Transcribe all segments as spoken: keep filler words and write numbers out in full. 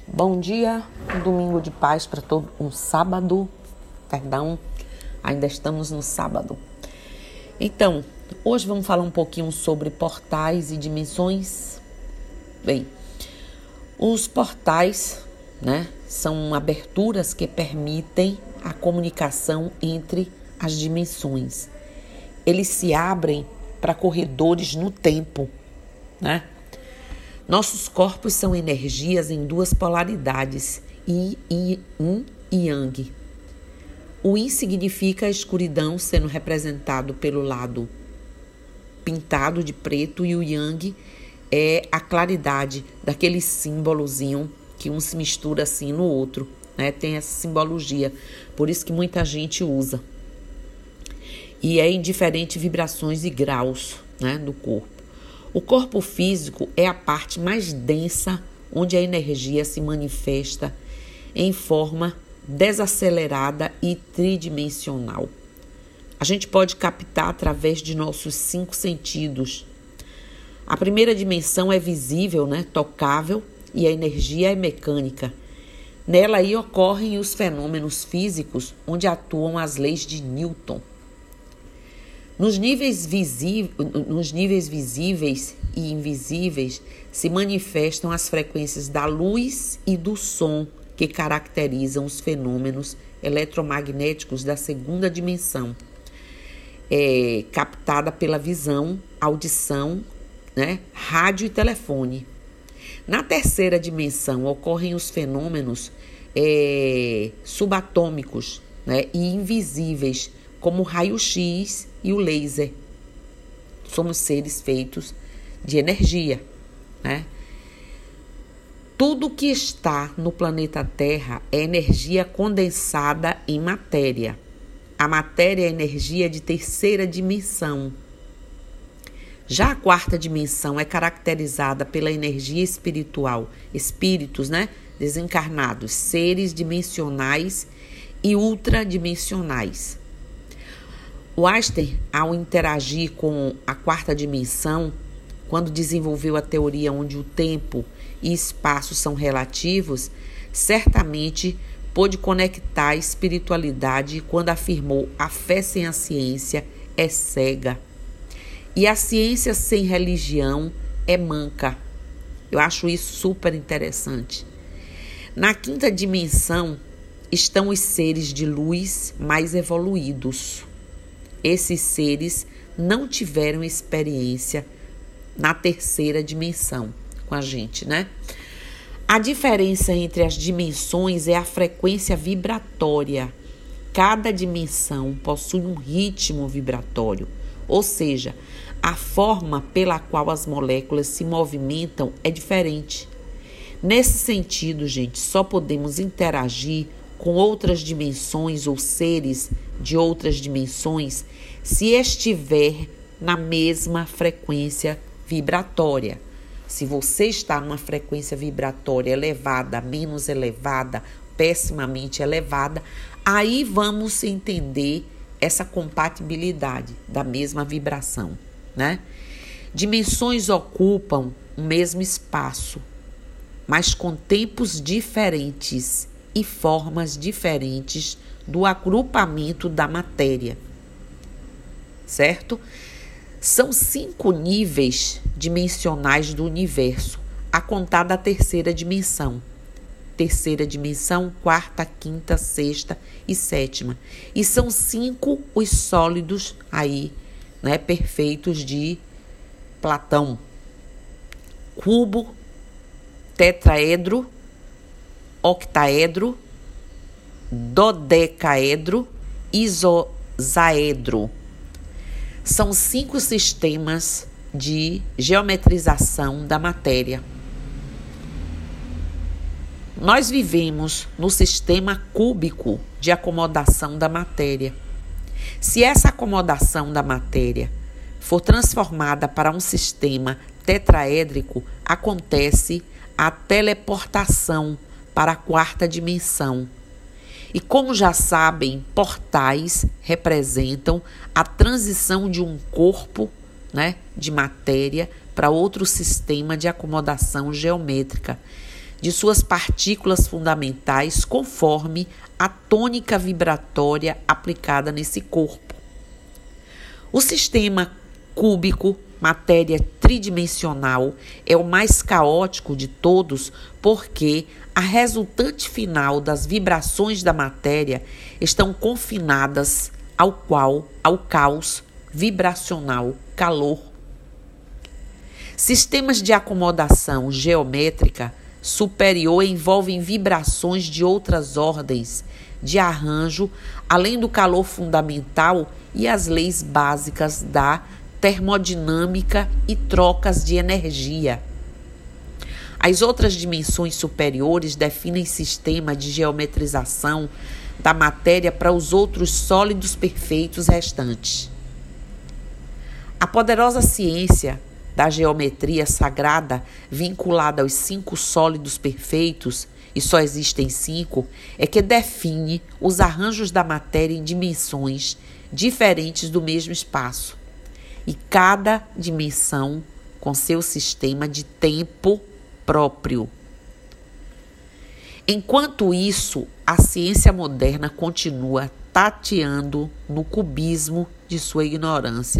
Bom dia, um domingo de paz para todo, um sábado, perdão, ainda estamos no sábado. Então, hoje vamos falar um pouquinho sobre portais e dimensões. Bem, os portais, né, são aberturas que permitem a comunicação entre as dimensões. Eles se abrem para corredores no tempo, né? Nossos corpos são energias em duas polaridades, Yin e Yang. O Yin significa a escuridão sendo representado pelo lado pintado de preto e o Yang é a claridade daquele símbolozinho que um se mistura assim no outro, né? Tem essa simbologia, por isso que muita gente usa. E é em diferentes vibrações e graus, né, do corpo. O corpo físico é a parte mais densa, onde a energia se manifesta em forma desacelerada e tridimensional. A gente pode captar através de nossos cinco sentidos. A primeira dimensão é visível, né, tocável, e a energia é mecânica. Nela aí ocorrem os fenômenos físicos, onde atuam as leis de Newton. Nos níveis, visíveis, nos níveis visíveis e invisíveis se manifestam as frequências da luz e do som que caracterizam os fenômenos eletromagnéticos da segunda dimensão, é, captada pela visão, audição, né, rádio e telefone. Na terceira dimensão ocorrem os fenômenos é, subatômicos, né, e invisíveis, como o raio-x e o laser. Somos seres feitos de energia, né? Tudo que está no planeta Terra é energia condensada em matéria. A matéria é energia de terceira dimensão. Já a quarta dimensão é caracterizada pela energia espiritual, espíritos, né, desencarnados, seres dimensionais e ultradimensionais. O Einstein, ao interagir com a quarta dimensão, quando desenvolveu a teoria onde o tempo e espaço são relativos, certamente pôde conectar a espiritualidade quando afirmou: a fé sem a ciência é cega e a ciência sem religião é manca. Eu acho isso super interessante. Na quinta dimensão estão os seres de luz mais evoluídos. Esses seres não tiveram experiência na terceira dimensão com a gente, né? A diferença entre as dimensões é a frequência vibratória. Cada dimensão possui um ritmo vibratório, ou seja, a forma pela qual as moléculas se movimentam é diferente. Nesse sentido, gente, só podemos interagir com outras dimensões ou seres de outras dimensões se estiver na mesma frequência vibratória. Se você está numa frequência vibratória elevada, menos elevada, pessimamente elevada, aí vamos entender essa compatibilidade da mesma vibração, né? Dimensões ocupam o mesmo espaço, mas com tempos diferentes e formas diferentes do agrupamento da matéria, certo? São cinco níveis dimensionais do universo, a contar da terceira dimensão. Terceira dimensão, quarta, quinta, sexta e sétima. E são cinco os sólidos aí, né, perfeitos de Platão: cubo, tetraedro, octaedro, dodecaedro, isosaedro. São cinco sistemas de geometrização da matéria. Nós vivemos no sistema cúbico de acomodação da matéria. Se essa acomodação da matéria for transformada para um sistema tetraédrico, acontece a teleportação para a quarta dimensão. E como já sabem, portais representam a transição de um corpo, né, de matéria para outro sistema de acomodação geométrica. de suas partículas fundamentais conforme a tônica vibratória aplicada nesse corpo. O sistema cúbico, matéria tridimensional, é o mais caótico de todos porque a resultante final das vibrações da matéria estão confinadas ao qual, ao caos vibracional, calor. Sistemas de acomodação geométrica superior envolvem vibrações de outras ordens de arranjo, além do calor fundamental e as leis básicas da termodinâmica e trocas de energia. As outras dimensões superiores definem sistema de geometrização da matéria para os outros sólidos perfeitos restantes. A poderosa ciência da geometria sagrada, vinculada aos cinco sólidos perfeitos, e só existem cinco, é que define os arranjos da matéria em dimensões diferentes do mesmo espaço, e cada dimensão com seu sistema de tempo próprio. Enquanto isso, a ciência moderna continua tateando no cubismo de sua ignorância.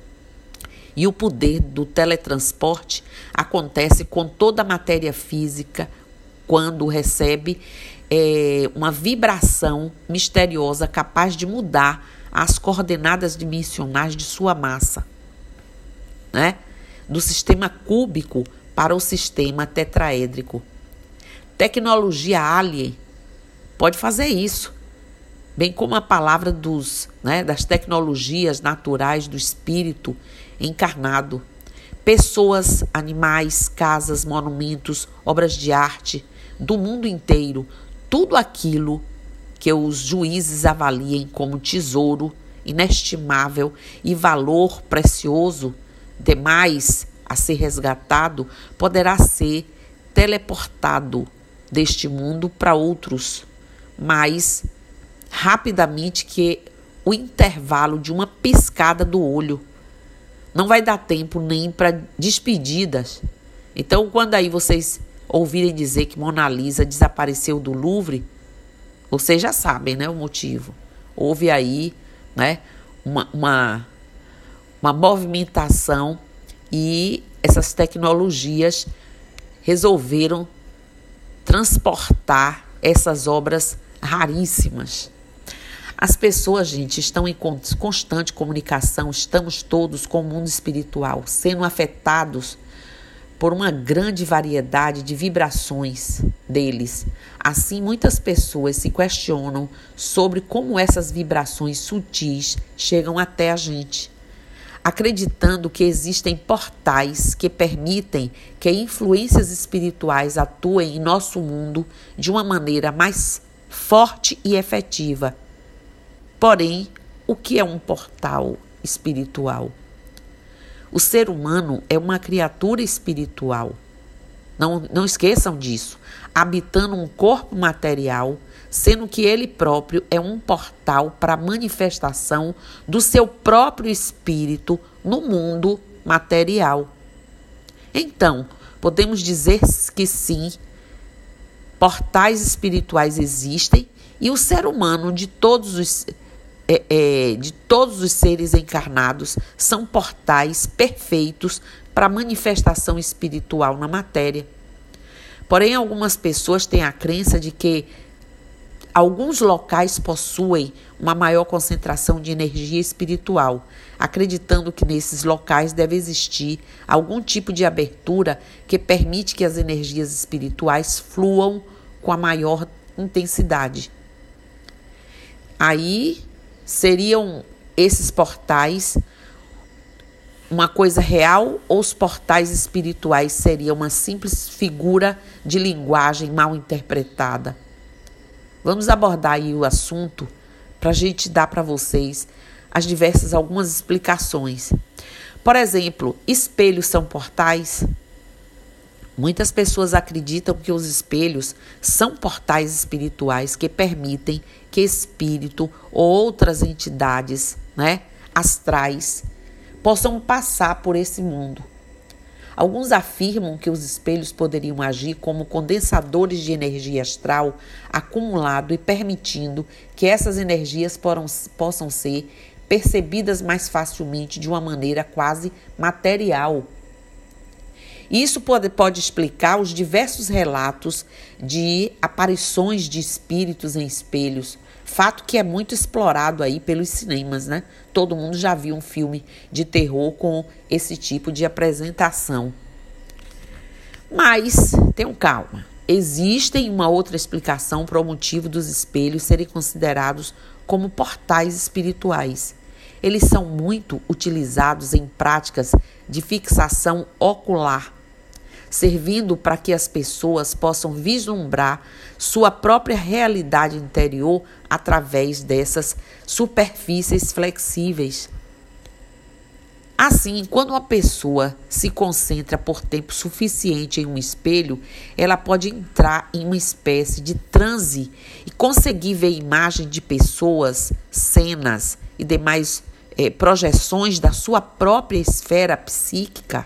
E o poder do teletransporte acontece com toda a matéria física quando recebe é, uma vibração misteriosa capaz de mudar as coordenadas dimensionais de sua massa, né? Do sistema cúbico para o sistema tetraédrico. Tecnologia alien pode fazer isso, bem como a palavra dos, né, das tecnologias naturais do espírito encarnado. Pessoas, animais, casas, monumentos, obras de arte do mundo inteiro, tudo aquilo que os juízes avaliem como tesouro inestimável e valor precioso demais a ser resgatado, poderá ser teleportado deste mundo para outros, mais rapidamente que o intervalo de uma piscada do olho. Não vai dar tempo nem para despedidas. Então, quando aí vocês ouvirem dizer que Mona Lisa desapareceu do Louvre, vocês já sabem, né, o motivo. Houve aí, né, uma, uma, uma movimentação e essas tecnologias resolveram transportar essas obras raríssimas. As pessoas, gente, estão em constante comunicação, estamos todos com o mundo espiritual, sendo afetados por uma grande variedade de vibrações deles. Assim, muitas pessoas se questionam sobre como essas vibrações sutis chegam até a gente, acreditando que existem portais que permitem que influências espirituais atuem em nosso mundo de uma maneira mais forte e efetiva. Porém, o que é um portal espiritual? O ser humano é uma criatura espiritual. Não, não esqueçam disso. Habitando um corpo material, sendo que ele próprio é um portal para a manifestação do seu próprio espírito no mundo material. Então, podemos dizer que sim, portais espirituais existem e o ser humano de todos os É, é, de todos os seres encarnados são portais perfeitos para a manifestação espiritual na matéria. Porém, algumas pessoas têm a crença de que alguns locais possuem uma maior concentração de energia espiritual, acreditando que nesses locais deve existir algum tipo de abertura que permite que as energias espirituais fluam com a maior intensidade. Aí seriam esses portais uma coisa real ou os portais espirituais seriam uma simples figura de linguagem mal interpretada? Vamos abordar aí o assunto para a gente dar para vocês as diversas, algumas explicações. Por exemplo, espelhos são portais? Muitas pessoas acreditam que os espelhos são portais espirituais que permitem que espírito ou outras entidades, né, astrais possam passar por esse mundo. Alguns afirmam que os espelhos poderiam agir como condensadores de energia astral acumulado e permitindo que essas energias poram, possam ser percebidas mais facilmente de uma maneira quase material. Isso pode, pode explicar os diversos relatos de aparições de espíritos em espelhos, fato que é muito explorado aí pelos cinemas, né? Todo mundo já viu um filme de terror com esse tipo de apresentação. Mas, tenham calma, existe uma outra explicação para o motivo dos espelhos serem considerados como portais espirituais. Eles são muito utilizados em práticas de fixação ocular, servindo para que as pessoas possam vislumbrar sua própria realidade interior através dessas superfícies flexíveis. Assim, quando uma pessoa se concentra por tempo suficiente em um espelho, ela pode entrar em uma espécie de transe e conseguir ver imagens de pessoas, cenas e demais eh, projeções da sua própria esfera psíquica.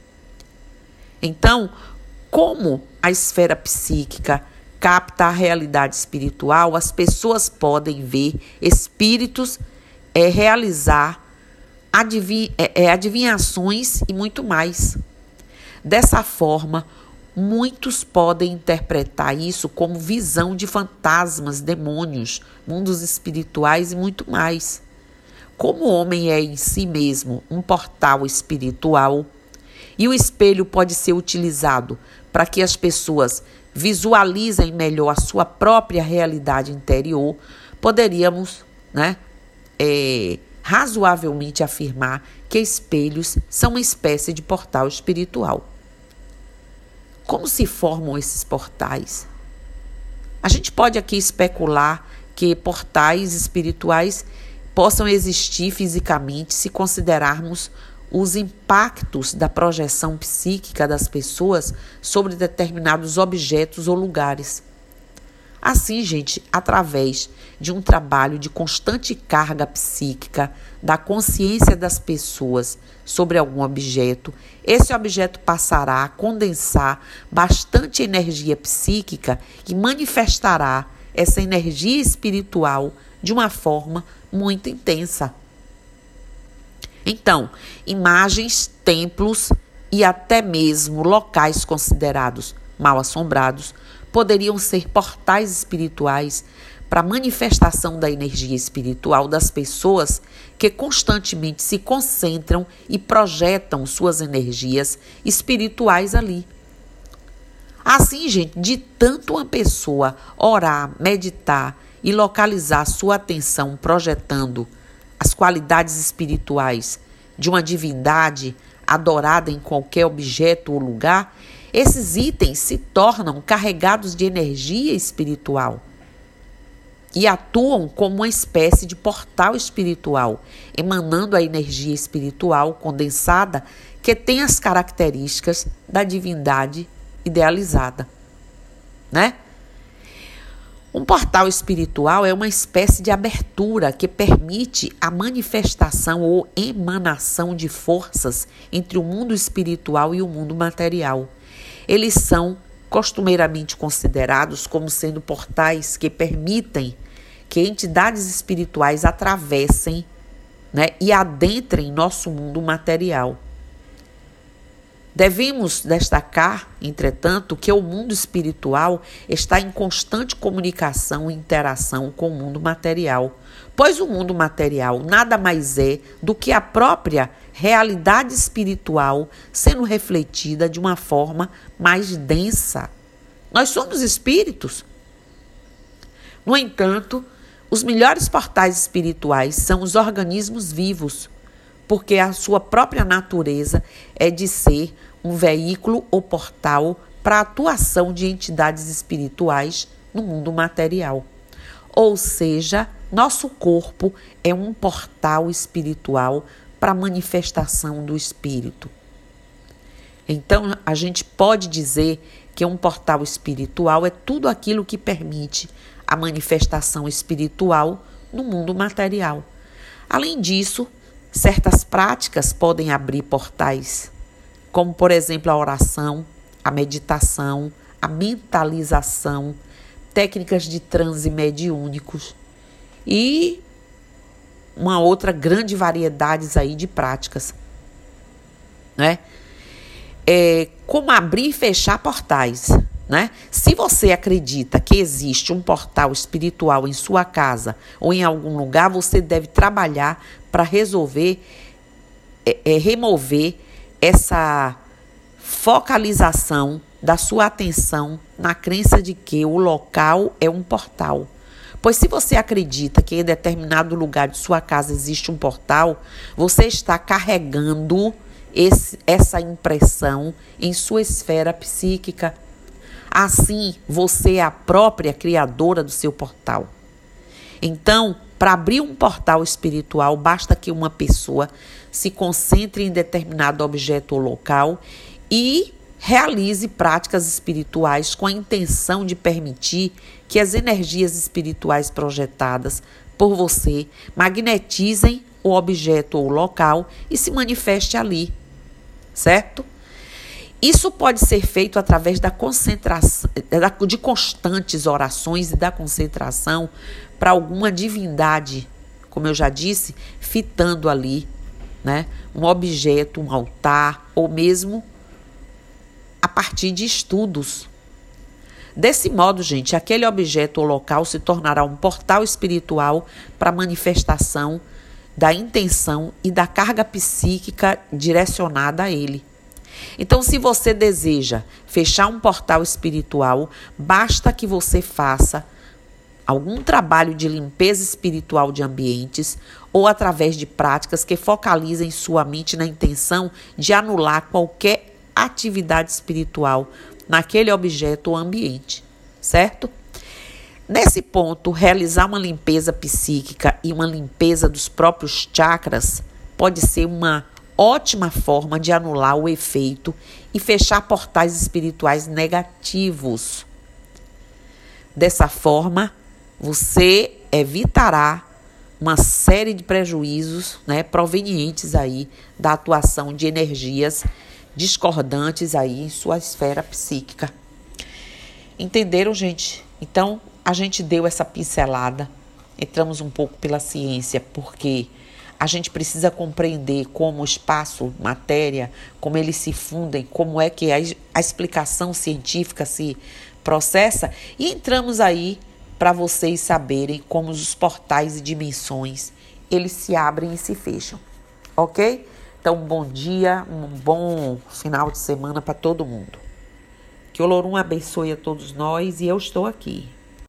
Então, como a esfera psíquica capta a realidade espiritual, as pessoas podem ver espíritos é, realizar adivinha, é, é, adivinhações e muito mais. Dessa forma, muitos podem interpretar isso como visão de fantasmas, demônios, mundos espirituais e muito mais. Como o homem é em si mesmo um portal espiritual, e o espelho pode ser utilizado para que as pessoas visualizem melhor a sua própria realidade interior, poderíamos, né, é, razoavelmente afirmar que espelhos são uma espécie de portal espiritual. Como se formam esses portais? A gente pode aqui especular que portais espirituais possam existir fisicamente se considerarmos os impactos da projeção psíquica das pessoas sobre determinados objetos ou lugares. Assim, gente, através de um trabalho de constante carga psíquica da consciência das pessoas sobre algum objeto, esse objeto passará a condensar bastante energia psíquica e manifestará essa energia espiritual de uma forma muito intensa. Então, imagens, templos e até mesmo locais considerados mal assombrados poderiam ser portais espirituais para a manifestação da energia espiritual das pessoas que constantemente se concentram e projetam suas energias espirituais ali. Assim, gente, de tanto uma pessoa orar, meditar e localizar sua atenção projetando as qualidades espirituais de uma divindade adorada em qualquer objeto ou lugar, esses itens se tornam carregados de energia espiritual e atuam como uma espécie de portal espiritual, emanando a energia espiritual condensada que tem as características da divindade idealizada, né? Um portal espiritual é uma espécie de abertura que permite a manifestação ou emanação de forças entre o mundo espiritual e o mundo material. Eles são costumeiramente considerados como sendo portais que permitem que entidades espirituais atravessem, né, e adentrem nosso mundo material. Devemos destacar, entretanto, que o mundo espiritual está em constante comunicação e interação com o mundo material, pois o mundo material nada mais é do que a própria realidade espiritual sendo refletida de uma forma mais densa. Nós somos espíritos. No entanto, os melhores portais espirituais são os organismos vivos, porque a sua própria natureza é de ser um veículo ou portal para a atuação de entidades espirituais no mundo material. Ou seja, nosso corpo é um portal espiritual para a manifestação do espírito. Então, a gente pode dizer que um portal espiritual é tudo aquilo que permite a manifestação espiritual no mundo material. Além disso, certas práticas podem abrir portais. como por exemplo a oração, a meditação, a mentalização, técnicas de transe mediúnicos e uma outra grande variedade aí de práticas, né? É, como abrir e fechar portais, né? Se você acredita que existe um portal espiritual em sua casa ou em algum lugar, você deve trabalhar para resolver, é, é, remover essa focalização da sua atenção na crença de que o local é um portal. Pois se você acredita que em determinado lugar de sua casa existe um portal, você está carregando esse, essa impressão em sua esfera psíquica. Assim, você é a própria criadora do seu portal. Então, para abrir um portal espiritual, basta que uma pessoa se concentre em determinado objeto ou local e realize práticas espirituais com a intenção de permitir que as energias espirituais projetadas por você magnetizem o objeto ou local e se manifeste ali, certo? Isso pode ser feito através da concentração, de constantes orações e da concentração para alguma divindade, como eu já disse, fitando ali, né, um objeto, um altar, ou mesmo a partir de estudos. Desse modo, gente, aquele objeto ou local se tornará um portal espiritual para manifestação da intenção e da carga psíquica direcionada a ele. Então, se você deseja fechar um portal espiritual, basta que você faça algum trabalho de limpeza espiritual de ambientes ou através de práticas que focalizem sua mente na intenção de anular qualquer atividade espiritual naquele objeto ou ambiente, certo? Nesse ponto, realizar uma limpeza psíquica e uma limpeza dos próprios chakras pode ser uma ótima forma de anular o efeito e fechar portais espirituais negativos. Dessa forma, você evitará uma série de prejuízos, né, provenientes aí da atuação de energias discordantes aí em sua esfera psíquica. Entenderam, gente? Então, a gente deu essa pincelada, entramos um pouco pela ciência, porque a gente precisa compreender como o espaço, matéria, como eles se fundem, como é que a, a explicação científica se processa, e entramos aí para vocês saberem como os portais e dimensões, eles se abrem e se fecham, ok? Então, bom dia, um bom final de semana para todo mundo. Que o Olorum abençoe a todos nós e eu estou aqui.